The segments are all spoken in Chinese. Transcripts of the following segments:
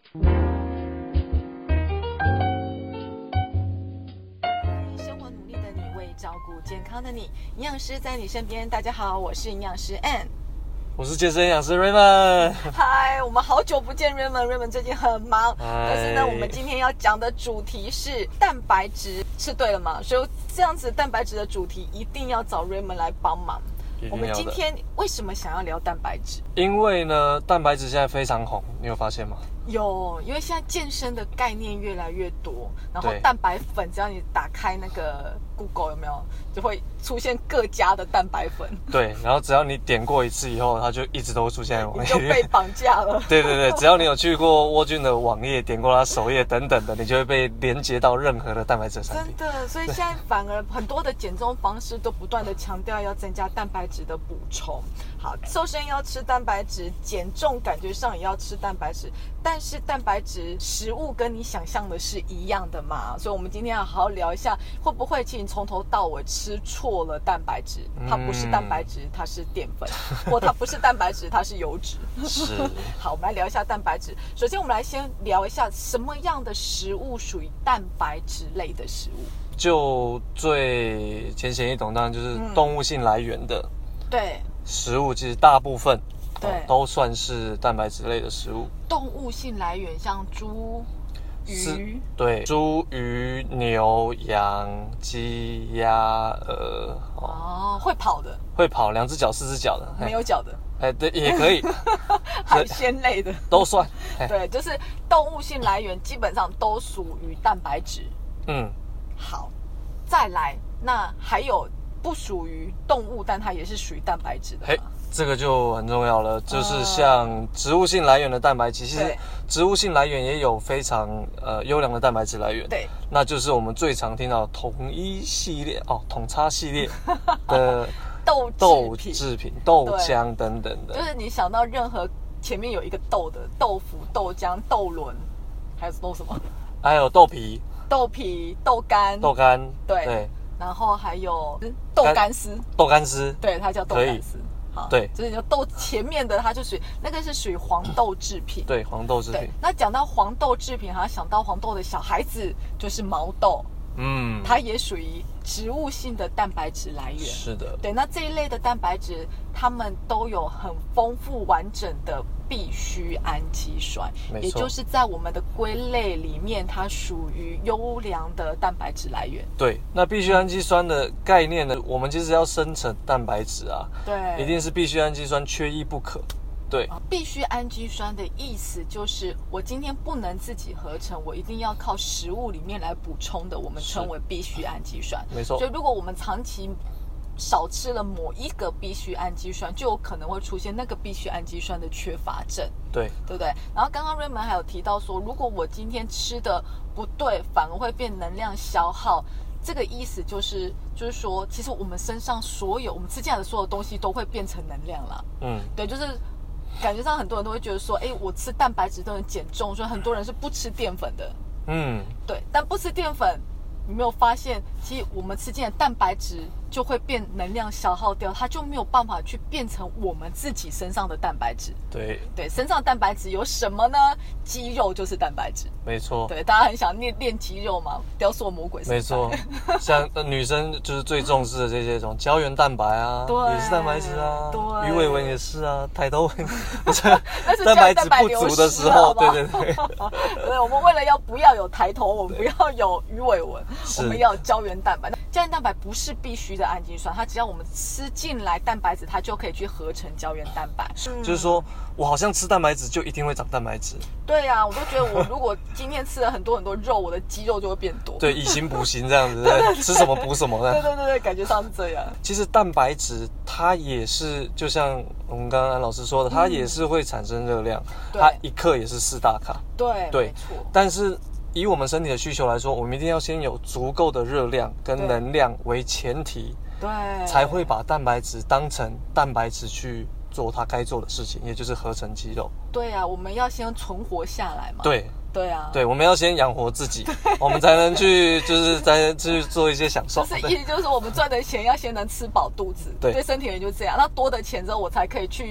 生活努力的你，为照顾健康的你，营养师在你身边。大家好，我是营养师 Ann， 我是健身营养师 Raymond。 嗨，我们好久不见 Raymond 最近很忙，但是呢，我们今天要讲的主题是蛋白质，是对了吗？所以这样子蛋白质的主题一定要找 Raymond 来帮忙。我们今天为什么想要聊蛋白质？ 因为呢，蛋白质现在非常红，你有发现吗？ 有，因为现在健身的概念越来越多，然后蛋白粉，只要你打开那个 Google 有没有，就会出现各家的蛋白粉。 对，然后只要你点过一次以后，它就一直都会出现在网页， 你就被绑架了。 对对对，只要你有去过沃菌的网页，点过它首页等等的，你就会被连接到任何的蛋白质产品。 真的，所以现在反而很多的减重方式都不断的强调要增加蛋白质的补充。好，瘦身要吃蛋白质，减重感觉上也要吃蛋白质，但是蛋白质食物跟你想象的是一样的吗？所以我们今天要好好聊一下，会不会其实你从头到尾吃错了蛋白质？它不是蛋白质，它是淀粉，或它不是蛋白质，它是油脂。 是。 好，我们来聊一下蛋白质。首先，我们来先聊一下什么样的食物属于蛋白质类的食物。 就最浅显易懂，当然就是动物性来源的。 对。 食物其实大部分对都算是蛋白质类的食物。 动物性来源像猪、鱼， 对，猪、鱼、牛、羊、鸡、鸭、 会跑的， 会跑，2只脚、4只脚的， 没有脚的， 对，也可以， 海鲜类的都算。 对，就是动物性来源基本上都属于蛋白质。好，再来，那还有不属于动物，但它也是属于蛋白质的。 这个就很重要了，就是像植物性来源的蛋白质，其实植物性来源也有非常优良的蛋白质来源。 对， 那就是我们最常听到统差系列的豆制品、豆浆等等的。 就是你想到任何前面有一个豆的，豆腐、豆浆、豆轮，还有豆什么？ 还有豆皮、 豆干。对。然后还有豆干丝，对，它叫豆干丝。好， 对， 就是你豆前面的，它就属于那个是属于黄豆制品。 对，黄豆制品。 那讲到黄豆制品，好像想到黄豆的小孩子就是毛豆，它也属于植物性的蛋白质来源。 是的， 对，那这一类的蛋白质，它们都有很丰富完整的必需氨基酸，也就是在我们的归类里面，它属于优良的蛋白质来源。 对，那必需氨基酸的概念呢，我们其实要生成蛋白质啊， 对， 一定是必需氨基酸缺一不可。对， 必需氨基酸的意思就是我今天不能自己合成，我一定要靠食物里面来补充的，我们称为必需氨基酸。 没错。 所以如果我们长期少吃了某一个必需氨基酸，就有可能会出现那个必需氨基酸的缺乏症。对不对？然后刚刚 Raymond 还有提到说，如果我今天吃的不对，反而会变能量消耗。这个意思就是说，其实我们身上我们吃进来的所有东西都会变成能量啦。对，就是感觉上很多人都会觉得说，我吃蛋白质都能减重，所以很多人是不吃淀粉的。对，但不吃淀粉，你没有发现，其实我们吃进的蛋白质就会变能量消耗掉，它就没有办法去变成我们自己身上的蛋白质。对，身上的蛋白质有什么呢？肌肉就是蛋白质。没错。对，大家很想练肌肉嘛，雕塑魔鬼身材。没错。 像女生就是最重视的这种胶原蛋白啊，也是蛋白质啊。对。鱼尾纹也是啊，抬头纹。蛋白质不足的时候，对。 对，我们为了不要有抬头纹，不要有鱼尾纹，我们要有胶原蛋白。胶原蛋白不是必须的氨基酸，它只要我们吃进来蛋白质，它就可以去合成胶原蛋白。 就是说我好像吃蛋白质就一定会长蛋白质。 对啊，我都觉得我如果今天吃了很多肉，我的肌肉就会变多。 对，以形补形这样子，吃什么补什么的。 对，感觉上是这样。其实蛋白质它也是，就像我们刚刚安老师说的，它也是会产生热量，它1克也是4大卡。对，没错。但是以我们身体的需求来说，我们一定要先有足够的热量跟能量为前提，才会把蛋白质当成蛋白质去做它该做的事情，也就是合成肌肉。对啊，我们要先存活下来嘛。对啊，对，我们要先养活自己，我们才能去再去做一些享受。就是意思就是我们赚的钱要先能吃饱肚子，对身体人就这样。那多的钱之后，我才可以去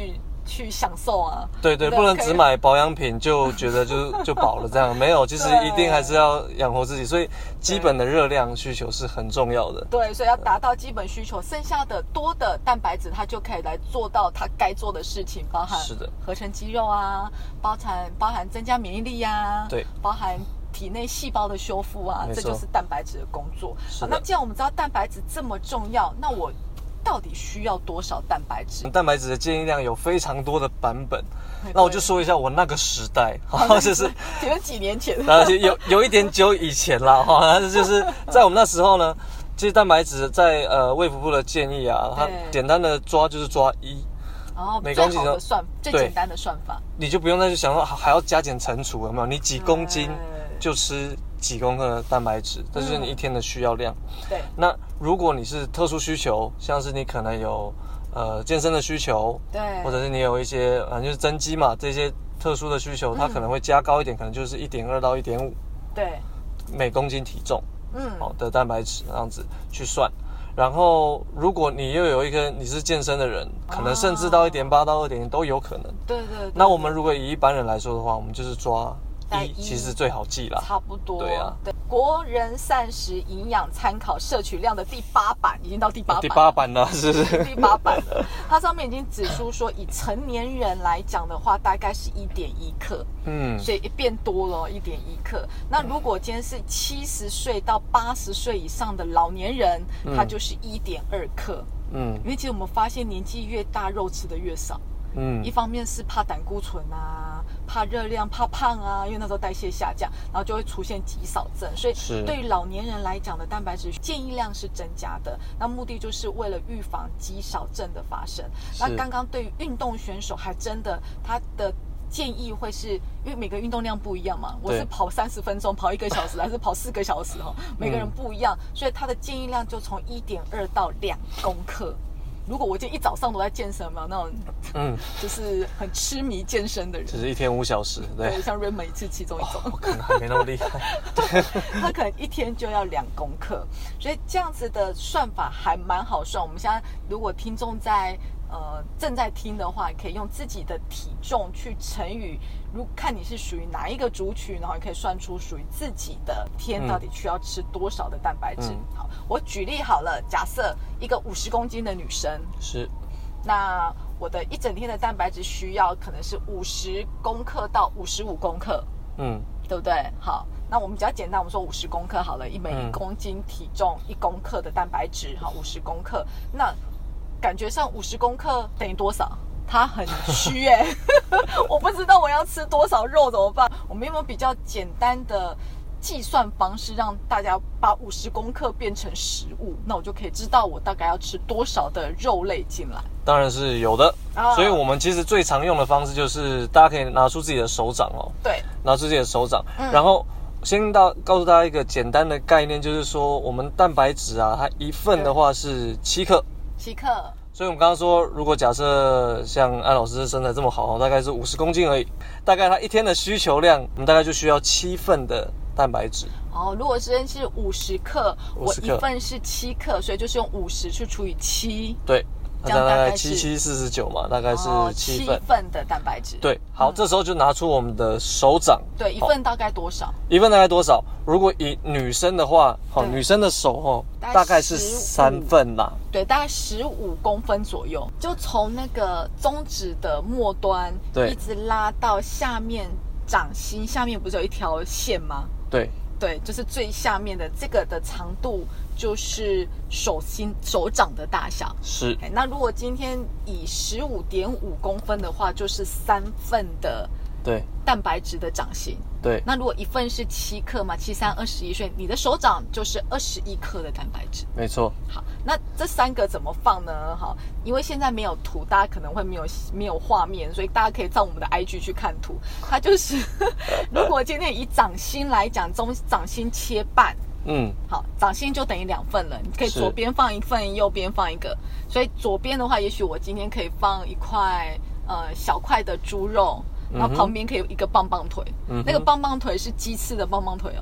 去享受啊。 对，不能只买保养品就觉得就饱了这样，没有，其实一定还是要养活自己，所以基本的热量需求是很重要的。 对，所以要达到基本需求，剩下的多的蛋白质它就可以来做到它该做的事情，包含合成肌肉啊，包含增加免疫力啊， 对， 包含体内细胞的修复啊，这就是蛋白质的工作。那既然我们知道蛋白质这么重要，那我到底需要多少蛋白质？ 蛋白质的建议量有非常多的版本，那我就说一下我那个时代，就是请问几年前？ 有一点久以前啦，但是就是在我们那时候呢，其实蛋白质在卫福部的建议啊，它简单的抓就是抓1。 每公斤的最简单的算法， 你就不用再去想说还要加减乘除，有没有？你几公斤就吃几公克的蛋白质，这就是你一天的需要量。 对。 那如果你是特殊需求，像是你可能有健身的需求， 对，或者是你有一些就是增肌嘛，这些特殊的需求，它可能会加高一点，可能就是1.2到1.5， 对， 每公斤体重，的蛋白质这样子去算。然后，如果你又有一个你是健身的人，可能甚至到1.8到2.0都有可能。 对。 那我们如果以一般人来说的话，我们就是抓1，其实最好记啦。 差不多。 对啊。 对，国人膳食营养参考摄取量的第8版，已经到第8版了，是不是？ 第8版了。它上面已经指出说，以成年人来讲的话，大概是1.1克。所以变多了1.1克。那如果今天是70岁到80岁以上的老年人，它就是1.2克。因为其实我们发现年纪越大，肉吃的越少。一方面是怕胆固醇啊，怕热量，怕胖啊，因为那时候代谢下降，然后就会出现肌少症。所以对于老年人来讲的蛋白质建议量是增加的，那目的就是为了预防肌少症的发生。那刚刚对于运动选手，还真的他的建议会是因为每个运动量不一样嘛，我是跑30分钟，跑1个小时，还是跑4个小时每个人不一样，所以他的建议量就从1.2到2公克。如果我今天一早上都在健身，有没有那种就是很痴迷健身的人， 就是一天5小时，对， 像 Raymond 是其中一种， 我可能还没那么厉害， 他可能一天就要2公克，所以这样子的算法还蛮好算。我们现在如果听众在正在听的话，可以用自己的体重去乘以，看你是属于哪一个族群，然后你可以算出属于自己的天到底需要吃多少的蛋白质。好，我举例好了，假设一个50公斤的女生， 是， 那我的一整天的蛋白质需要可能是50公克到55公克，对不对？好，那我们比较简单，我们说50公克好了，每1公斤体重1公克的蛋白质，好，50公克，那感觉上50公克等于多少？它很虚我不知道我要吃多少肉怎么办？我们有没有比较简单的计算方式，让大家把50公克变成食物？那我就可以知道我大概要吃多少的肉类进来。 当然是有的，所以我们其实最常用的方式就是大家可以拿出自己的手掌对， 拿出自己的手掌，然后先告诉大家一个简单的概念，就是说我们蛋白质啊，它一份的话是7克。 7克。 所以我们刚刚说，如果假设像安老师身材这么好，大概是50公斤而已，大概他一天的需求量，我们大概就需要7份的蛋白质。 如果是50克，我一份是7克，所以就是用50去除以7。 对。这样大概7749嘛，大概是7 份的蛋白质。 对，好，这时候就拿出我们的手掌。 对，一份大概多少？ 一份大概多少？如果以女生的话，女生的手大概是3份啦。 对，大概15公分左右，就从那个中指的末端，一直拉到下面掌心，下面不是有一条线吗？对，就是最下面的这个的长度就是手掌的大小。 是。 那如果今天以15.5公分的话，就是3份的蛋白质的掌型。 对。 那如果一份是7克嘛，7、3、21，所以你的手掌就是21克的蛋白质。 没错。 好，那这3个怎么放呢？好，因为现在没有图，大家可能会没有画面，所以大家可以上我们的 IG 去看图。它就是如果今天以掌心来讲，掌心切半。好，掌心就等于2份了。你可以左边放一份，右边放一个。所以左边的话，也许我今天可以放一块小块的猪肉，然后旁边可以有一个棒棒腿。那个棒棒腿是鸡翅的棒棒腿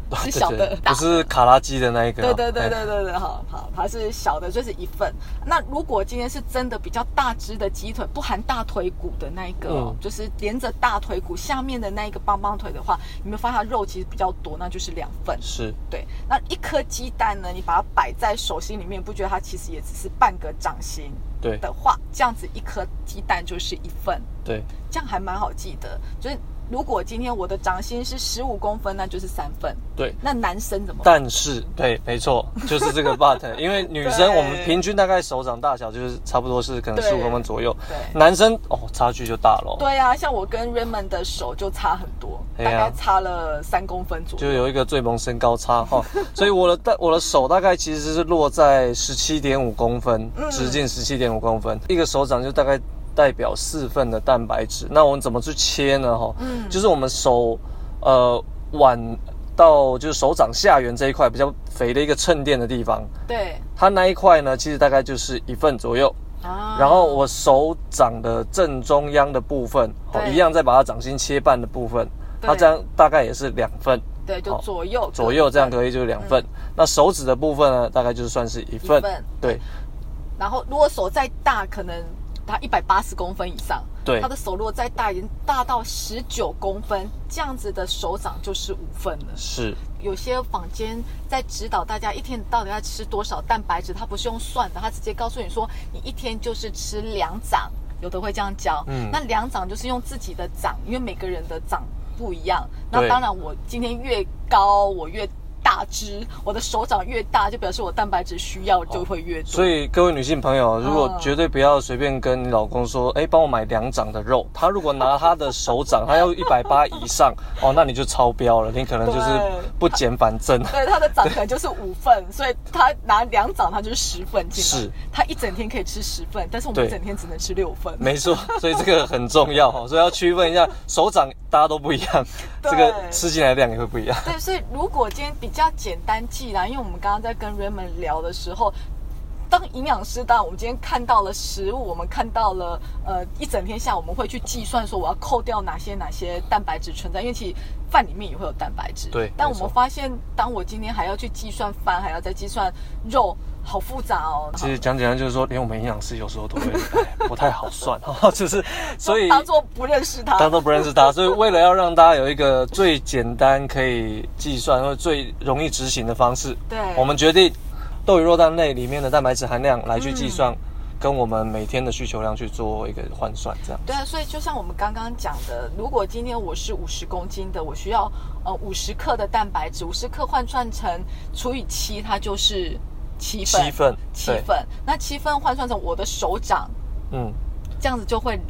是小的， 不是卡拉鸡的那一个。 对，好，它是小的，就是1份。那如果今天是真的比较大只的鸡腿，不含大腿骨的那一个，就是连着大腿骨下面的那一个棒棒腿的话，你们发现它肉其实比较多，那就是2份。 是， 对。那1颗鸡蛋呢，你把它摆在手心里面，不觉得它其实也只是半个掌心？ 对的话，这样子1颗鸡蛋就是1份。 对， 这样还蛮好记的，就是。如果今天我的掌心是15公分，那就是3份。 对， 那男生怎么办？ 但是，对，没错，就是这个 but， 因为女生我们平均大概手掌大小就是差不多是可能15公分左右。对，男生差距就大了。 对啊，像我跟 Raymond 的手就差很多，大概差了3公分左右， 就有一个最萌身高差哈。所以我的手大概其实是落在17.5公分，直径17.5公分，一个手掌就大概代表4份的蛋白质。那我们怎么去切呢？就是我们手腕到就是手掌下缘这一块比较肥的一个衬垫的地方， 对， 它那一块呢，其实大概就是1份左右。然后我手掌的正中央的部分，一样再把它掌心切半的部分，它这样大概也是2份。 对，就左右这样可以就是2份。那手指的部分呢，大概就算是1份。对。 然后如果手再大，可能它180公分以上， 对， 他的手如果再大，已经大到19公分，这样子的手掌就是5份了。 是， 有些坊间在指导大家一天到底要吃多少蛋白质，他不是用算的，他直接告诉你说，你一天就是吃2掌，有的会这样教。那2掌就是用自己的掌，因为每个人的掌不一样。那当然，我今天越高，我越大只，我的手掌越大，就表示我蛋白质需要就会越多。 所以各位女性朋友，如果绝对不要随便跟你老公说，帮我买2掌的肉。他如果拿他的手掌，他要180以上，那你就超标了，你可能就是不减反增。 对，他的掌可能就是5份，所以他拿2掌，他就是10份进来。是，他一整天可以吃10份，但是我们一整天只能吃6份。 没错，所以这个很重要，所以要区分一下，手掌大家都不一样，这个吃进来的量也会不一样。 对，所以如果今天比较简单记啦，因为我们刚刚在跟 Raymond 聊的时候，当营养师，当然我们今天看到了食物，我们看到了一整天下我们会去计算说我要扣掉哪些蛋白质存在，因为其实饭里面也会有蛋白质。 对， 但我们发现，当我今天还要去计算饭，还要再计算肉，好复杂哦。 其实讲简单就是说，连我们营养师有时候都会不太好算，就是所以当做不认识他，所以为了要让大家有一个最简单可以计算或最容易执行的方式， 对， 我们决定豆鱼肉蛋类里面的蛋白质含量来去计算，跟我们每天的需求量去做一个换算，这样。 对啊，所以就像我们刚刚讲的，如果今天我是50公斤的，我需要50克的蛋白质，50克换算成除以7，它就是7份。7份，那7份换算成我的手掌，这样子就会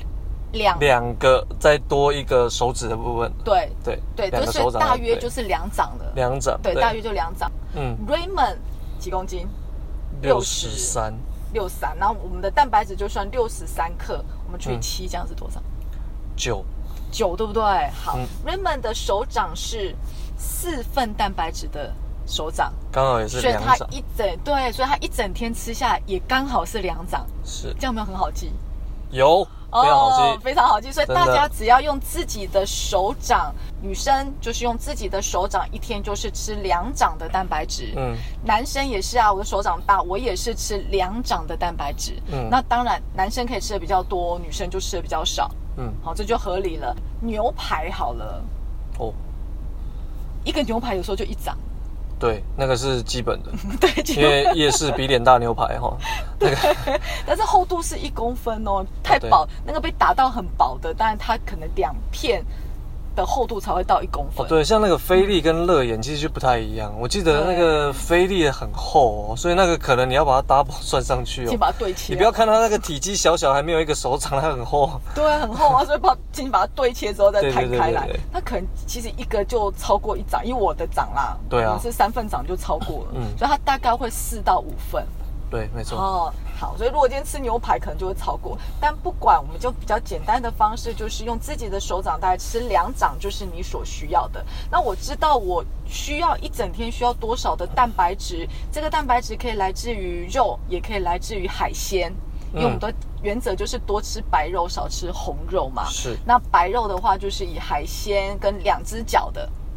2 个再多一个手指的部分。 对， 就是大约就是2掌的。 2掌， 对，大约就2掌。Raymond 几公斤 ？63。 然后我们的蛋白质就算63克，我们除以7，这样是多少？9，对不对？好，Raymond 的手掌是4份蛋白质的手掌， 刚好也是2掌。 所以他一整天吃下来也刚好是2掌。 是， 这样有没有很好记？ 有。非常好记， 所以大家只要用自己的手掌，女生就是用自己的手掌，一天就是吃2掌的蛋白质。男生也是啊，我的手掌大，我也是吃2掌的蛋白质。那当然，男生可以吃的比较多，女生就吃的比较少。好，这就合理了。牛排好了，一个牛排有时候就1掌。 对，那个是基本的。 对， 因为夜市比脸大牛排那个， 但是厚度是1公分哦，太薄，那个被打到很薄的，当然它可能2片的厚度才会到1公分。 对，像那个菲力跟乐眼其实就不太一样。我记得那个菲力很厚所以那个可能你要把它 double 算上去请把它对切。 你不要看它那个体积小小，还没有一个手掌，它很厚。 对，很厚啊，所以请把它对切之后再摊开来。它可能其实一个就超过1掌，以我的掌啦， 对啊， 是3份掌就超过了，所以它大概会4到5份。 对，没错。 好，所以如果今天吃牛排，可能就会超过。但不管，我们就比较简单的方式，就是用自己的手掌，大概吃2掌，就是你所需要的。那我知道我需要一整天需要多少的蛋白质，这个蛋白质可以来自于肉，也可以来自于海鲜。因为我们的原则就是多吃白肉，少吃红肉嘛。 是。 那白肉的话，就是以海鲜跟2只脚的。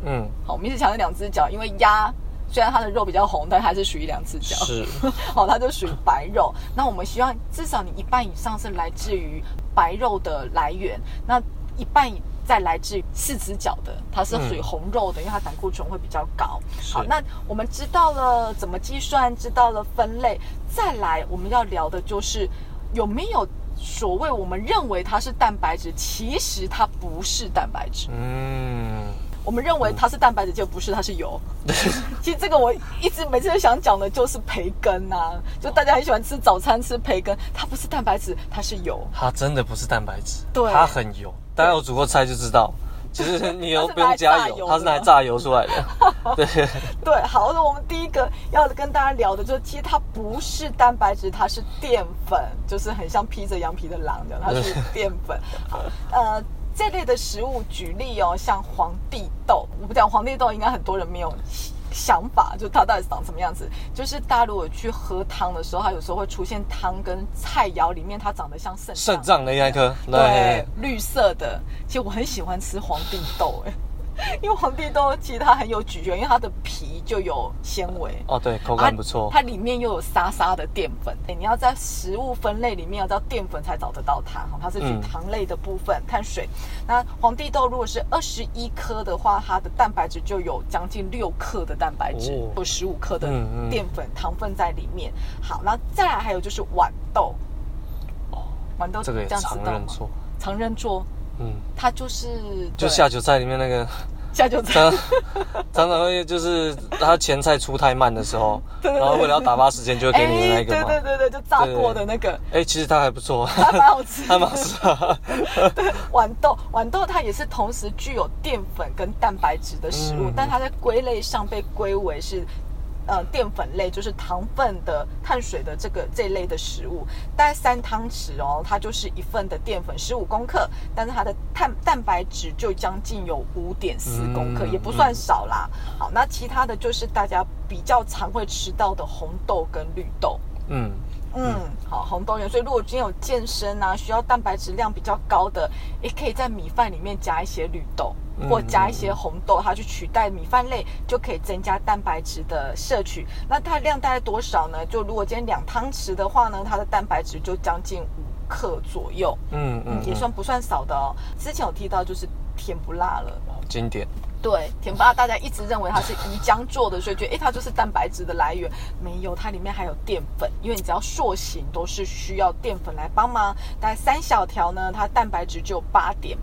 好，我们一直强调两只脚，因为鸭虽然它的肉比较红，但还是属于两只脚。 是， 好，它就属于白肉。那我们希望至少你一半以上是来自于白肉的来源，那一半再来自于四只脚的，它是属于红肉的，因为它胆固醇会比较高。好，那我们知道了怎么计算，知道了分类，再来我们要聊的就是有没有所谓我们认为它是蛋白质，其实它不是蛋白质。我们认为它是蛋白质，就不是，它是油。其实这个我一直每次都想讲的就是培根啊，就大家很喜欢吃早餐吃培根，它不是蛋白质，它是油。 它真的不是蛋白质， 对， 它很油。大家有煮过菜就知道，其实你又不用加油，它是拿来炸油出来的。对对，好，那我们第一个要跟大家聊的就是，其实它不是蛋白质，它是淀粉，就是很像披着羊皮的狼的，它是淀粉。好，这类的食物，举例哦，像皇帝豆，我不讲皇帝豆，应该很多人没有想法，就它到底长什么样子。就是大家如果去喝汤的时候，它有时候会出现汤跟菜肴里面，它长得像肾脏的那一颗， 对，绿色的。其实我很喜欢吃皇帝豆，因为皇帝豆其实它很有咀嚼，因为它的皮就有纤维哦，对，口感不错。 它里面又有沙沙的淀粉，你要在食物分类里面要知道淀粉才找得到它，它是属糖类的部分，碳水。那皇帝豆如果是21颗的话，它的蛋白质就有将近6克的蛋白质，有15克的淀粉、糖分在里面。好，那再来还有就是豌豆，豌豆这个也常人做， 常人做。它就是下酒菜里面那个下酒菜， 常常会就是它前菜出太慢的时候，然后为了要打发时间，就会给你的那个嘛， 对，就炸过的那个。 其实它还不错， 还蛮好吃， 还蛮好吃的。 对，豌豆它也是同时具有淀粉跟蛋白质的食物，但它在归类上被归为是。淀粉类就是糖分的碳水的这一类的食物，大概3汤匙哦，它就是1份的淀粉15公克，但是它的蛋白质就将近有5.4公克，也不算少啦。好，那其他的就是大家比较常会吃到的红豆跟绿豆。好，红豆元。所以如果今天有健身啊，需要蛋白质量比较高的，也可以在米饭里面加一些绿豆。或加一些红豆，它去取代米饭类，就可以增加蛋白质的摄取。那它量大概多少呢？就如果今天2汤匙的话呢，它的蛋白质就将近5克左右。也不算少的哦。之前有提到就是甜不辣了， 经典。 对，甜不辣大家一直认为它是鱼浆做的，所以觉得它就是蛋白质的来源。没有，它里面还有淀粉，因为你只要塑形都是需要淀粉来帮忙。大概3小条呢，它蛋白质就有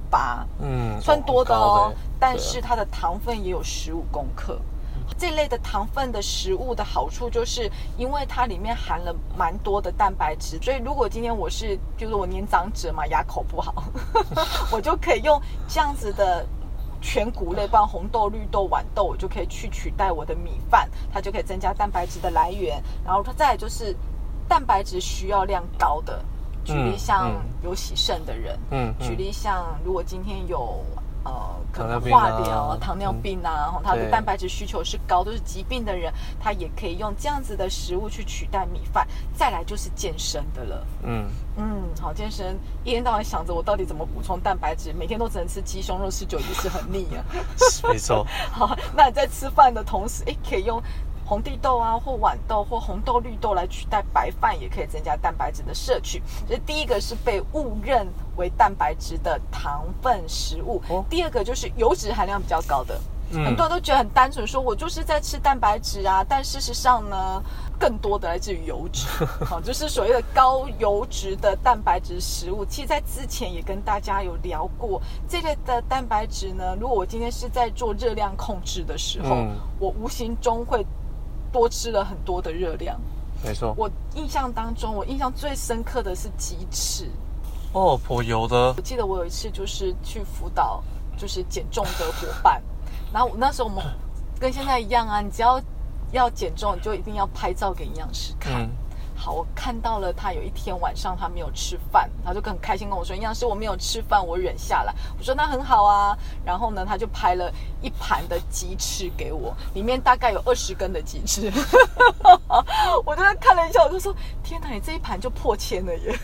8.8，算多的哦。但是它的糖分也有15公克。这类的糖分的食物的好处就是，因为它里面含了蛮多的蛋白质，所以如果今天就是我年长者嘛，牙口不好，我就可以用这样子的。全谷类，包括红豆、绿豆、豌豆，我就可以去取代我的米饭，它就可以增加蛋白质的来源。然后它再来就是蛋白质需要量高的，举例像有洗肾的人，举例像如果今天有可能化疗、糖尿病啊，他的蛋白质需求是高，都是疾病的人，他也可以用这样子的食物去取代米饭。再来就是健身的了，好，健身一天到晚想着我到底怎么补充蛋白质，每天都只能吃鸡胸肉吃久也是很腻啊。 没错。 好，那你在吃饭的同时，可以用红地豆啊，或豌豆，或红豆、绿豆来取代白饭，也可以增加蛋白质的摄取。所以第一个是被误认为蛋白质的糖分食物，第二个就是油脂含量比较高的。很多人都觉得很单纯，说我就是在吃蛋白质啊，但事实上呢，更多的来自于油脂，好，就是所谓的高油脂的蛋白质食物。其实，在之前也跟大家有聊过，这类的蛋白质呢，如果我今天是在做热量控制的时候，我无形中会多吃了很多的热量。 没错， 我印象最深刻的是鸡翅。 颇油的。 我记得我有一次就是去辅导，就是减重的伙伴。然后那时候我们跟现在一样啊，你只要减重，你就一定要拍照给营养师看。 好，我看到了他有一天晚上他没有吃饭，他就很开心跟我说，营养师我没有吃饭，我忍下来。我说那很好啊，然后呢他就拍了一盘的鸡翅给我，里面大概有20根的鸡翅。我就在看了一下，我就说天哪，你这一盘就破千了耶。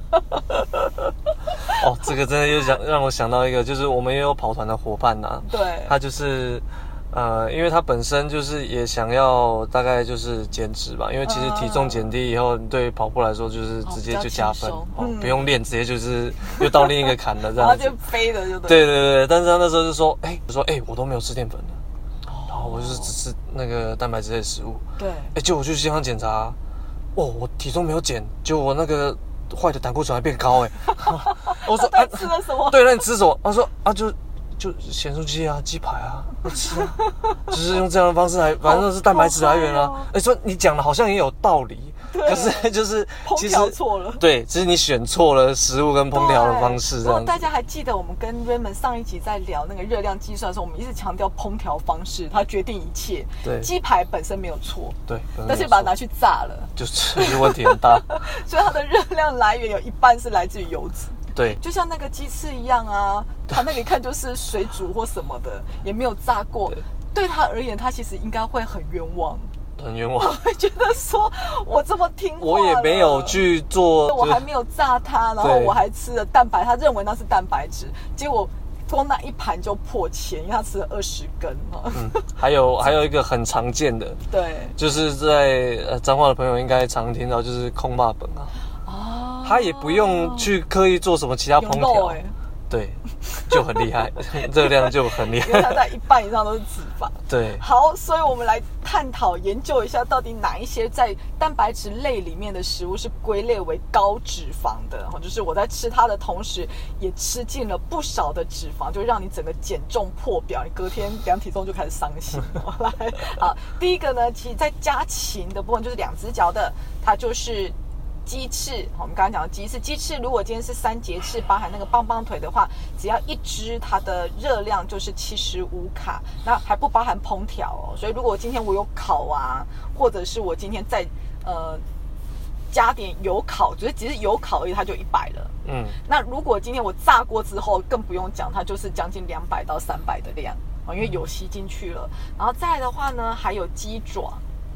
哦，这个真的又让我想到一个，就是我们也有跑团的伙伴啊， 对， 他就是因为他本身就是也想要大概就是减脂吧，因为其实体重减低以后，对跑步来说就是直接就加分，不用练，直接就是又到另一个坎了这样子， 然后就飞了，就对。对，但是他那时候就说，我都没有吃淀粉的，然后我就是只吃那个蛋白质类的食物， 对， 结果我去健康检查，我体重没有减，结果我那个坏的胆固醇还变高我说吃了什么？ 对，那你吃什么？他说就咸酥鸡啊，鸡排啊，我吃啊，就是用这样的方式来，反正都是蛋白质来源啊。说你讲的好像也有道理，可是就是其实烹调错了。 对，其实你选错了食物跟烹调的方式。 如果大家还记得我们跟 Raymond 上一集在聊那个热量计算的时候，我们一直强调烹调方式，它决定一切。 对， 鸡排本身没有错， 对， 但是把它拿去炸了， 就是问题很大。 所以它的热量来源有一半是来自于油脂。 对， 就像那个鸡翅一样啊，它那个一看就是水煮或什么的，也没有炸过。对他而言，他其实应该会很冤枉。 很冤枉， 我会觉得说，我这么听话， 我也没有去做， 我还没有炸它，然后我还吃了蛋白，他认为那是蛋白质，结果光那一盘就破千，因为他吃了20根。 还有一个很常见的， 对， 就是在彰化的朋友应该常听到，就是空霸本啊。他也不用去刻意做什么其他烹调，对，就很厉害，热量就很厉害， 因为它在一半以上都是脂肪。 对， 好，所以我们来探讨研究一下，到底哪一些在蛋白质类里面的食物是归类为高脂肪的，就是我在吃它的同时，也吃进了不少的脂肪，就让你整个减重破表，你隔天量体重就开始伤心。来，好，第一个呢，其实在家禽的部分就是2只脚的，它就是鸡翅。我们刚刚讲的鸡翅如果今天是3节翅，包含那个棒棒腿的话，只要1只，它的热量就是75卡，那还不包含烹调哦。所以如果今天我有烤啊，或者是我今天再加点油烤，只是油烤而已，它就100了。那如果今天我炸过之后，更不用讲，它就是将近200到300的量，因为油吸进去了。然后再来的话呢，还有鸡爪。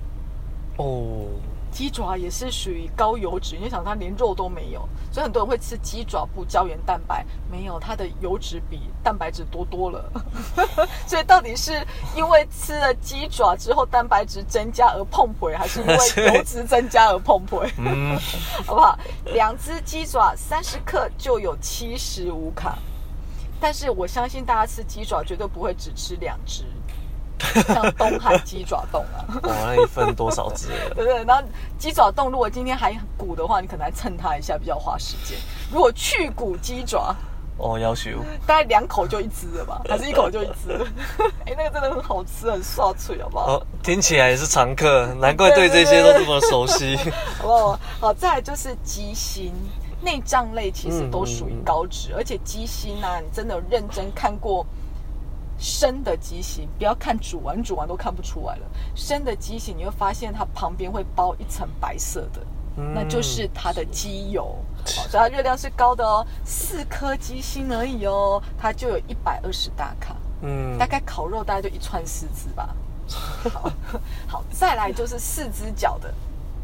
鸡爪也是属于高油脂，因为想它连肉都没有，所以很多人会吃鸡爪补胶原蛋白，没有，它的油脂比蛋白质多了。所以到底是因为吃了鸡爪之后蛋白质增加而碰腿，还是因为油脂增加而碰腿？好不好？2只鸡爪30克就有75卡，但是我相信大家吃鸡爪绝对不会只吃2只。像东海鸡爪冻啊， 那一份多少只？ 对对，然后鸡爪冻如果今天还骨的话，你可能还蹭它一下，比较花时间。如果去骨鸡爪， 要求大概2口就1只了吧，还是1口就1只？那个真的很好吃，很刷脆，好不好？ 听起来也是常客，难怪对这些都这么熟悉。 好不好？好，再来就是鸡心。内脏类其实都属于高脂，而且鸡心啊，你真的有认真看过生的鸡心，不要看煮完都看不出来了。生的鸡心你会发现它旁边会包一层白色的，那就是它的鸡油，所以它热量是高的哦。4颗鸡心而已哦，它就有120大卡，大概烤肉大概就1串4只吧。好，再来就是4只脚的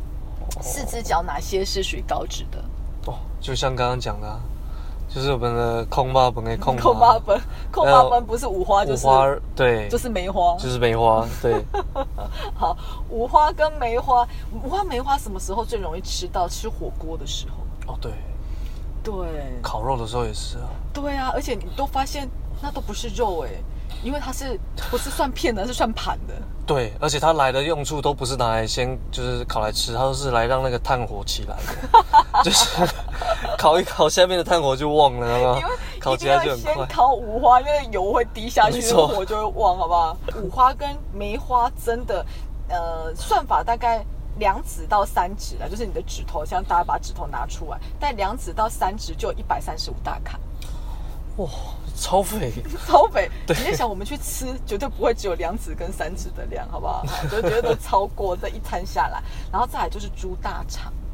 ，4只脚哪些是属于高脂的？ 就像刚刚讲的就是我们的空巴本跟空巴本不是五花就是对， 就是梅花， 对。 好，五花跟梅花，梅花什么时候最容易吃到？吃火锅的时候。 对，烤肉的时候也是啊。 对啊，而且你都发现那都不是肉因为它不是算片的，是算盘的。 对，而且它来的用处都不是拿来先就是烤来吃，它都是来让那个炭火起来的，就是烤一烤下面的炭火就旺了，好不好？因为烤起来就很快。先烤五花，因为油会滴下去，火就会旺，好不好？五花跟梅花真的，算法大概2指到3指啦，就是你的指头，像大家把指头拿出来，但2指到3指就有135大卡。 哇，超肥！ 你在想我们去吃，绝对不会只有2指跟3指的量，好不好？就觉得超过这一餐下来，然后再来就是猪大肠。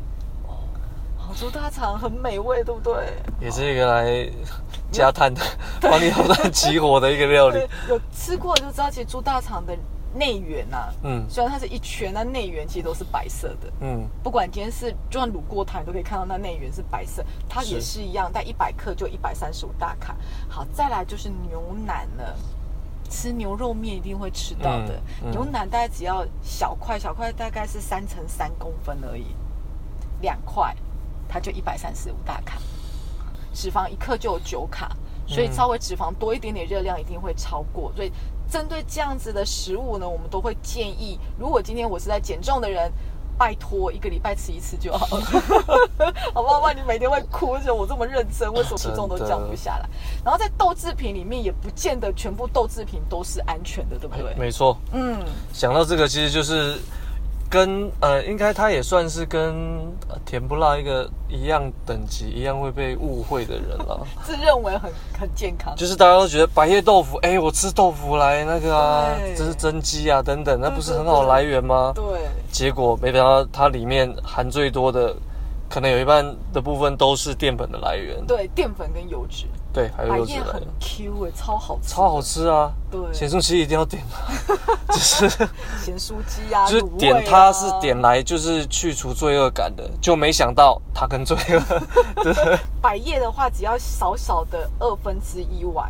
猪大肠很美味，对不对？ 也是一个来加碳的，帮你挑战起火的一个料理。 有吃过就知道，其实猪大肠的内缘啊，虽然它是一圈，那内缘其实都是白色的，不管今天是就算卤过汤，你都可以看到那内缘是白色，它也是一样，但100克就135大卡。好，再来就是牛腩了。吃牛肉面一定会吃到的，牛腩大概只要小块大概是3乘3公分而已，2块它就135大卡，脂肪1克就有9卡，所以稍微脂肪多一点点，热量一定会超过。所以针对这样子的食物呢，我们都会建议，如果今天我是在减重的人，拜托1个礼拜吃1次就好了，好不好？不然你每天会哭，而且我这么认真，为什么体重都降不下来？然后在豆制品里面，也不见得全部豆制品都是安全的，对不对？ 没错。想到这个，其实就是跟应该它也算是跟甜不辣一个一样等级，一样会被误会的人了。 自认为很健康， 就是大家都觉得百叶豆腐，我吃豆腐来那个啊，这是增肌啊等等，那不是很好来源吗？ 对。 结果没想到它里面含最多的，可能有一半的部分都是淀粉的来源。 对，淀粉跟油脂。 对，还有油脂来源。 百叶很 Q 超好吃。 超好吃啊！ 对， 咸酥鸡一定要点啊，就是咸酥鸡啊， 就是点它是点来就是去除罪恶感的，就没想到它跟罪恶。对。 百叶的话，只要少少的1/2碗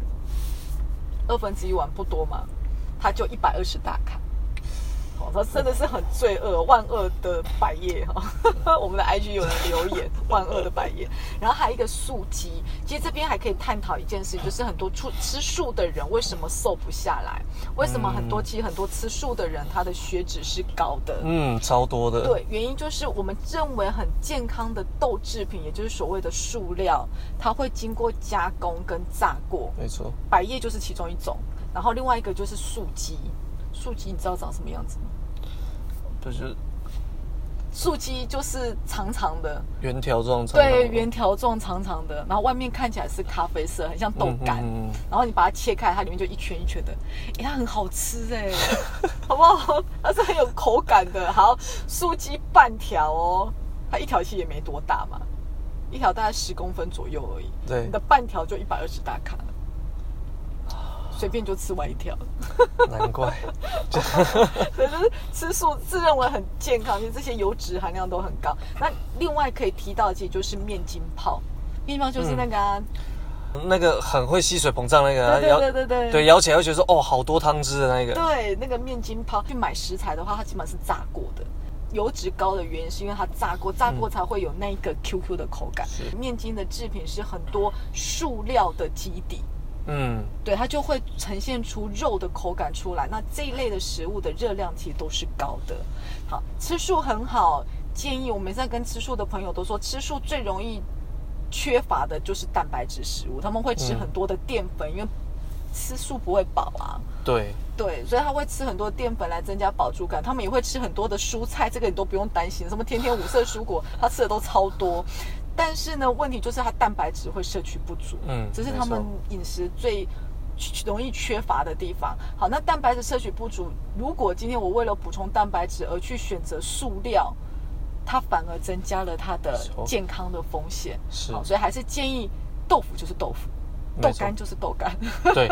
，1/2碗不多嘛，它就120大卡。它真的是很罪恶，万恶的百叶哈。我们的 IG 有人留言，万恶的百叶。然后还有一个素鸡，其实这边还可以探讨一件事，就是很多吃素的人为什么瘦不下来？为什么很多吃素的人他的血脂是高的？ 超多的。 对，原因就是我们认为很健康的豆制品，也就是所谓的素料，它会经过加工跟炸过。 没错， 百叶就是其中一种，然后另外一个就是素鸡。素鸡你知道长什么样子吗？ 就是素鸡就是长长的圆条状， 对，圆条状长长的，然后外面看起来是咖啡色，很像豆干，然后你把它切开，它里面就一圈一圈的，它很好吃好不好？它是很有口感的。好，素鸡半条哦，它一条其实也没多大嘛，一条大概10公分左右而已， 对， 你的半条就120大卡了。随便就吃完一条， 难怪。 对，就是吃素，自认为很健康，其实这些油脂含量都很高。那另外可以提到的，其实就是面筋泡，面筋泡就是那个那个很会吸水膨胀那个， 对， 咬起来会觉得说哦，好多汤汁的那个。 对，那个面筋泡，去买食材的话，它基本上是炸过的。油脂高的原因是因为它炸过才会有那个 QQ 的口感。面筋的制品是很多素料的基底。对，它就会呈现出肉的口感出来。那这一类的食物的热量其实都是高的。好，吃素很好，建议我们在跟吃素的朋友都说，吃素最容易缺乏的就是蛋白质食物，他们会吃很多的淀粉，因为吃素不会饱啊。 对， 所以他会吃很多淀粉来增加饱足感。他们也会吃很多的蔬菜，这个你都不用担心，什么天天5色蔬果，他吃的都超多。但是呢，问题就是它蛋白质会摄取不足，这是他们饮食最容易缺乏的地方。好，那蛋白质摄取不足，如果今天我为了补充蛋白质而去选择素料，它反而增加了它的健康的风险。好，所以还是建议豆腐就是豆腐，豆干就是豆干。 对，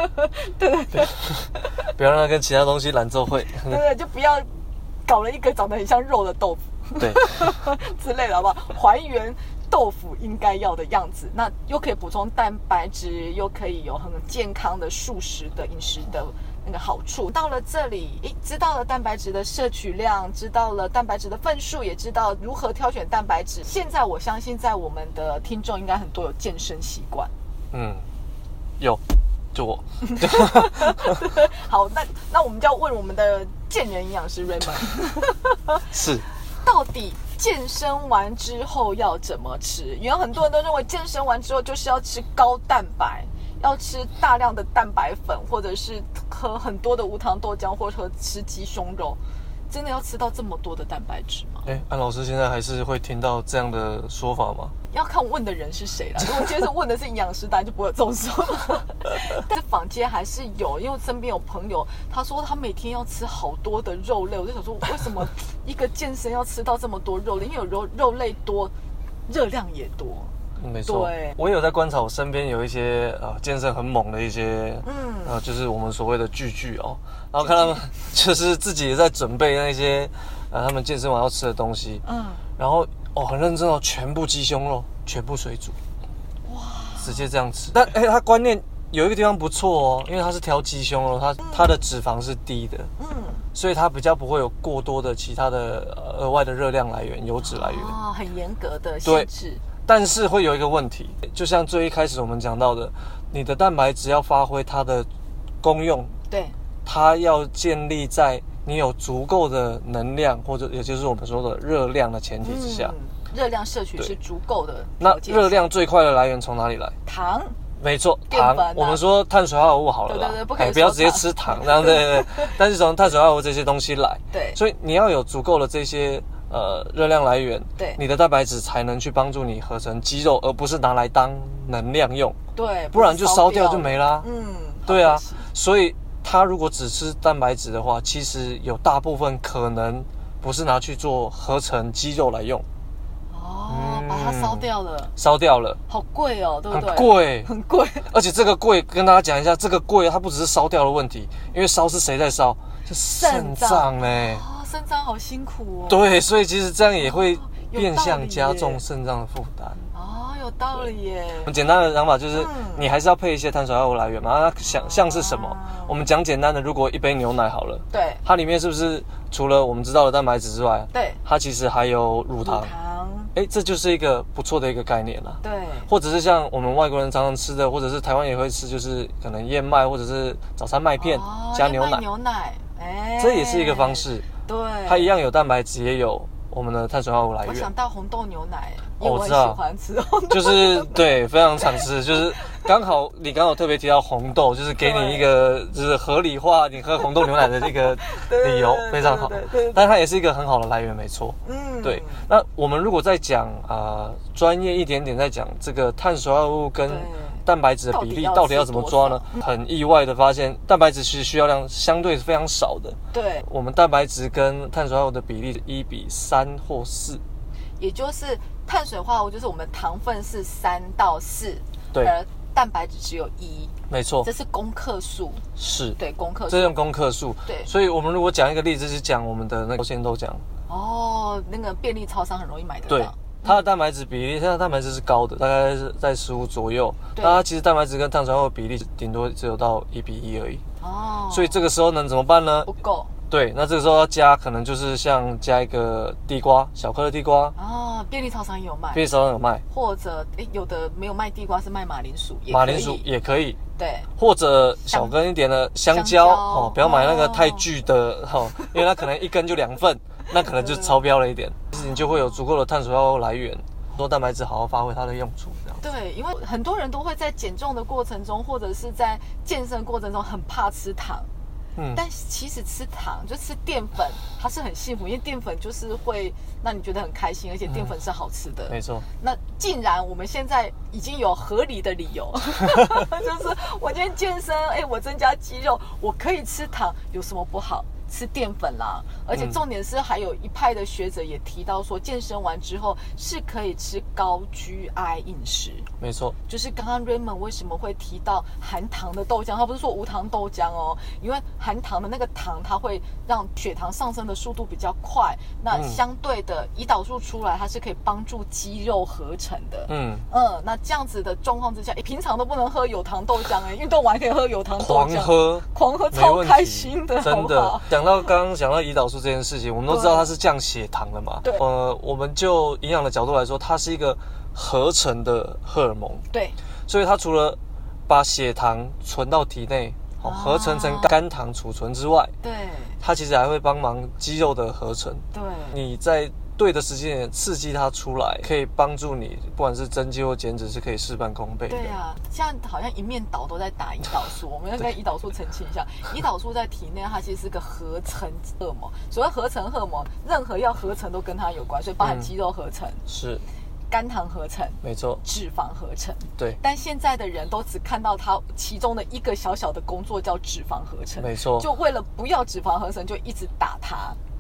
不要让它跟其他东西染奏会。 对，就不要搞了一个长得很像肉的豆腐， 对之类的，好不好？还原豆腐应该要的样子，那又可以补充蛋白质，又可以有很健康的素食的饮食的那个好处。到了这里，知道了蛋白质的摄取量，知道了蛋白质的份数，也知道如何挑选蛋白质。现在我相信，在我们的听众应该很多有健身习惯。 有，就我。 好，那我们就要问我们的健人营养师 Raymond。 是。 到底健身完之后要怎么吃？因为很多人都认为健身完之后就是要吃高蛋白，要吃大量的蛋白粉，或者是喝很多的无糖豆浆，或者吃鸡胸肉。真的要吃到这么多的蛋白质吗？ 安老师现在还是会听到这样的说法吗？ 要看问的人是谁啦。如果今天是问的是营养师，当然就不会有这种说法。但是坊间还是有，因为身边有朋友，他说他每天要吃好多的肉类，我就想说，为什么一个健身要吃到这么多肉类？因为有肉类多， 热量也多。 没错，我也有在观察，我身边有一些健身很猛的一些，就是我们所谓的巨哦，然后看他们就是自己也在准备那些他们健身完要吃的东西，然后很认真哦，全部鸡胸肉，全部水煮，哇，直接这样吃。但他观念有一个地方不错哦，因为他是挑鸡胸肉，它的脂肪是低的，所以它比较不会有过多的其他的额外的热量来源、油脂来源， 很严格的限制。 但是会有一个问题，就像最一开始我们讲到的，你的蛋白质要发挥它的功用， 对， 它要建立在你有足够的能量，或者也就是我们说的热量的前提之下， 热量摄取是足够的。 那热量最快的来源从哪里来？ 糖。 没错，糖。我们说碳水化合物好了啦， 对， 不要直接吃糖，这样对。但是从碳水化合物这些东西来， 对， 所以你要有足够的这些热量来源， 对， 你的蛋白质才能去帮助你合成肌肉，而不是拿来当能量用。 对， 不然就烧掉就没啦。对啊，所以他如果只吃蛋白质的话，其实有大部分可能不是拿去做合成肌肉来用。 把它烧掉了，好贵哦，对不对？ 很贵， 而且这个贵，跟大家讲一下，这个贵它不只是烧掉的问题，因为烧是谁在烧？是肾脏嘞。 肾脏好辛苦哦。 对，所以其实这样也会变相加重肾脏的负担。 有道理耶。 很简单的想法就是，你还是要配一些碳水化合物来源嘛。那像是什么？我们讲简单的，如果一杯牛奶好了， 对， 它里面是不是除了我们知道的蛋白质之外， 对， 它其实还有乳糖。这就是一个不错的一个概念啦。 对， 或者是像我们外国人常常吃的，或者是台湾也会吃，就是可能燕麦或者是早餐麦片加牛奶，这也是一个方式。 对， 它一样有蛋白质，也有我们的碳水化合物来源。 我想到红豆牛奶，因为我很喜欢吃红豆， 就是对，非常常吃，就是你刚好特别提到红豆，就是给你一个就是合理化你喝红豆牛奶的这个理由，非常好。但它也是一个很好的来源，没错。对。那我们如果再讲专业一点点，在讲这个碳水化合物跟蛋白质的比例到底要怎么抓呢？很意外的发现，蛋白质其实需要量相对是非常少的。 对， 我们蛋白质跟碳水化合物的比例1:3或4， 也就是碳水化合物就是我们糖分是3到4， 对， 而蛋白质只有1。 没错， 这是公克数。 是， 对，公克数。 这用公克数。 对， 所以我们如果讲一个例子，是讲我们的那个鲜豆浆。 那个便利超商很容易买得到。 对。它的蛋白质比例，现在蛋白质是高的，大概是在15左右。那它其实蛋白质跟碳水化合物比例顶多只有到1:1而已。所以这个时候能怎么办呢？ 不够。 对，那这个时候要加，可能就是像加一个地瓜，小颗的地瓜。 便利超商也有卖。 便利超商有卖。 或者有的没有卖地瓜，是卖马铃薯， 马铃薯也可以。 对。 或者小根一点的香蕉，不要买那个太巨的因为它可能一根就2份。那可能就超标了一点，其实你就会有足够的碳水化合物来源，多蛋白质好好发挥它的用处。这样对，因为很多人都会在减重的过程中，或者是在健身过程中很怕吃糖。但其实吃糖就吃淀粉，它是很幸福，因为淀粉就是会让你觉得很开心，而且淀粉是好吃的。 没错。 那既然我们现在已经有合理的理由，就是我今天健身，我增加肌肉，我可以吃糖，有什么不好？吃淀粉啦，而且重点是还有一派的学者也提到说，健身完之后是可以吃高 GI 饮食。 没错， 就是刚刚 Raymond 为什么会提到含糖的豆浆，他不是说无糖豆浆哦，因为含糖的那个糖它会让血糖上升的速度比较快，那相对的胰岛素出来，它是可以帮助肌肉合成的。那这样子的状况之下，平常都不能喝有糖豆浆，运动完可以喝有糖豆浆，狂喝超开心的， 真的。刚刚讲到胰岛素这件事情，我们都知道它是降血糖的嘛。 对。 我们就营养的角度来说，它是一个合成的荷尔蒙。 对。 所以它除了把血糖存到体内，合成成肝糖储存之外， 对， 它其实还会帮忙肌肉的合成。 对。你在对的时间点刺激它出来，可以帮助你不管是增肌或减脂，是可以事半功倍的。 对啊，现在好像一面倒都在打胰岛素，我们要跟胰岛素澄清一下，胰岛素在体内它其实是个合成荷尔蒙，所谓合成荷尔蒙，任何要合成都跟它有关，所以包含肌肉合成。 是。 肝糖合成， 没错， 脂肪合成， 对。 但现在的人都只看到它其中的一个小小的工作叫脂肪合成， 没错。 就为了不要脂肪合成，就一直打它。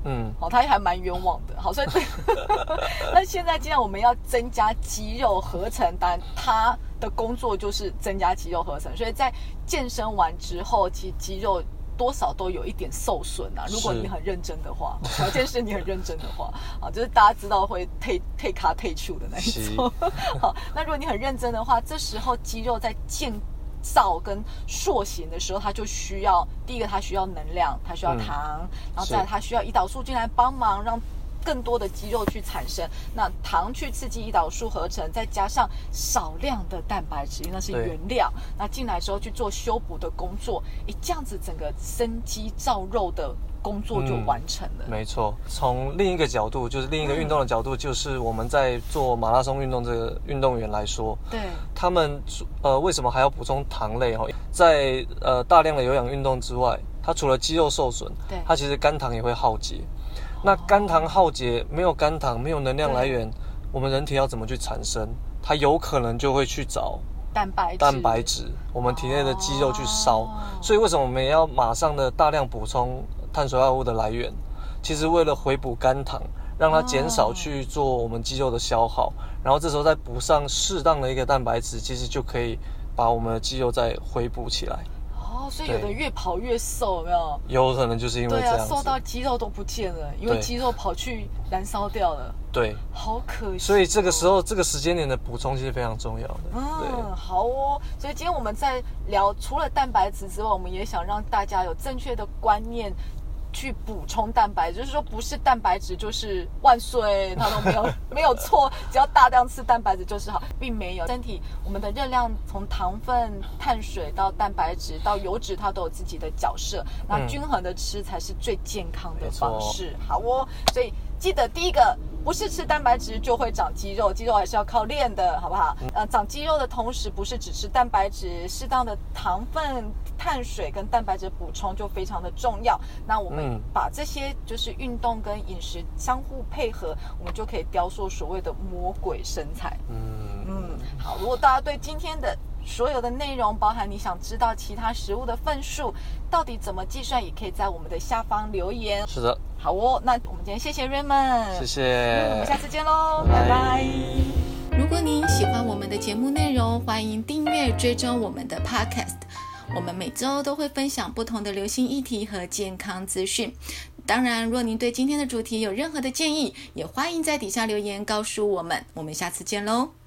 好，它还蛮冤枉的。好，所以那现在既然我们要增加肌肉合成，当然它的工作就是增加肌肉合成，所以在健身完之后，其实肌肉多少都有一点受损啊。如果你很认真的话，条件是你很认真的话，啊，就是大家知道会退卡退球的那一种。好，那如果你很认真的话，这时候肌肉在建造跟塑形的时候，它就需要第一个，它需要能量，它需要糖，然后再来它需要胰岛素进来帮忙，让更多的肌肉去产生。那糖去刺激胰岛素合成，再加上少量的蛋白质，因为那是原料，那进来之后去做修补的工作，这样子整个生肌造肉的工作就完成了。 没错，从另一个角度，就是另一个运动的角度，就是我们在做马拉松运动这个运动员来说， 对， 他们为什么还要补充糖类？在大量的有氧运动之外，它除了肌肉受损， 对， 它其实肝糖也会耗竭。那肝糖耗竭，没有肝糖，没有能量来源，我们人体要怎么去产生？它有可能就会去找蛋白质，我们体内的肌肉去烧。所以为什么我们也要马上的大量补充碳水化合物的来源？其实为了回补肝糖，让它减少去做我们肌肉的消耗，然后这时候再补上适当的一个蛋白质，其实就可以把我们的肌肉再回补起来。 所以有的越跑越瘦，有没有？ 有可能就是因为这样子， 瘦到肌肉都不见了，因为肌肉跑去燃烧掉了。 对， 好可惜。 所以这个时候这个时间点的补充其实非常重要的。 好哦。所以今天我们在聊除了蛋白质之外，我们也想让大家有正确的观念去补充蛋白质，就是说不是蛋白质就是万岁，它都没有错，只要大量吃蛋白质就是好，并没有。身体我们的热量从糖分、碳水到蛋白质到油脂，它都有自己的角色，那均衡的吃才是最健康的方式。好哦，所以记得第一个，不是吃蛋白质就会长肌肉，肌肉还是要靠练的，好不好？长肌肉的同时，不是只吃蛋白质，适当的糖分、碳水跟蛋白质补充就非常的重要。那我们把这些就是运动跟饮食相互配合，我们就可以雕塑所谓的魔鬼身材。好，如果大家对今天的所有的内容，包含你想知道其他食物的份数到底怎么计算，也可以在我们的下方留言。 是的， 好哦，那我们今天谢谢 Raymond， 谢谢， 我们下次见喽，拜拜。如果您喜欢我们的节目内容，欢迎订阅追踪我们的 Podcast。我们每周都会分享不同的流行议题和健康资讯。当然，若您对今天的主题有任何的建议，也欢迎在底下留言告诉我们。我们下次见喽。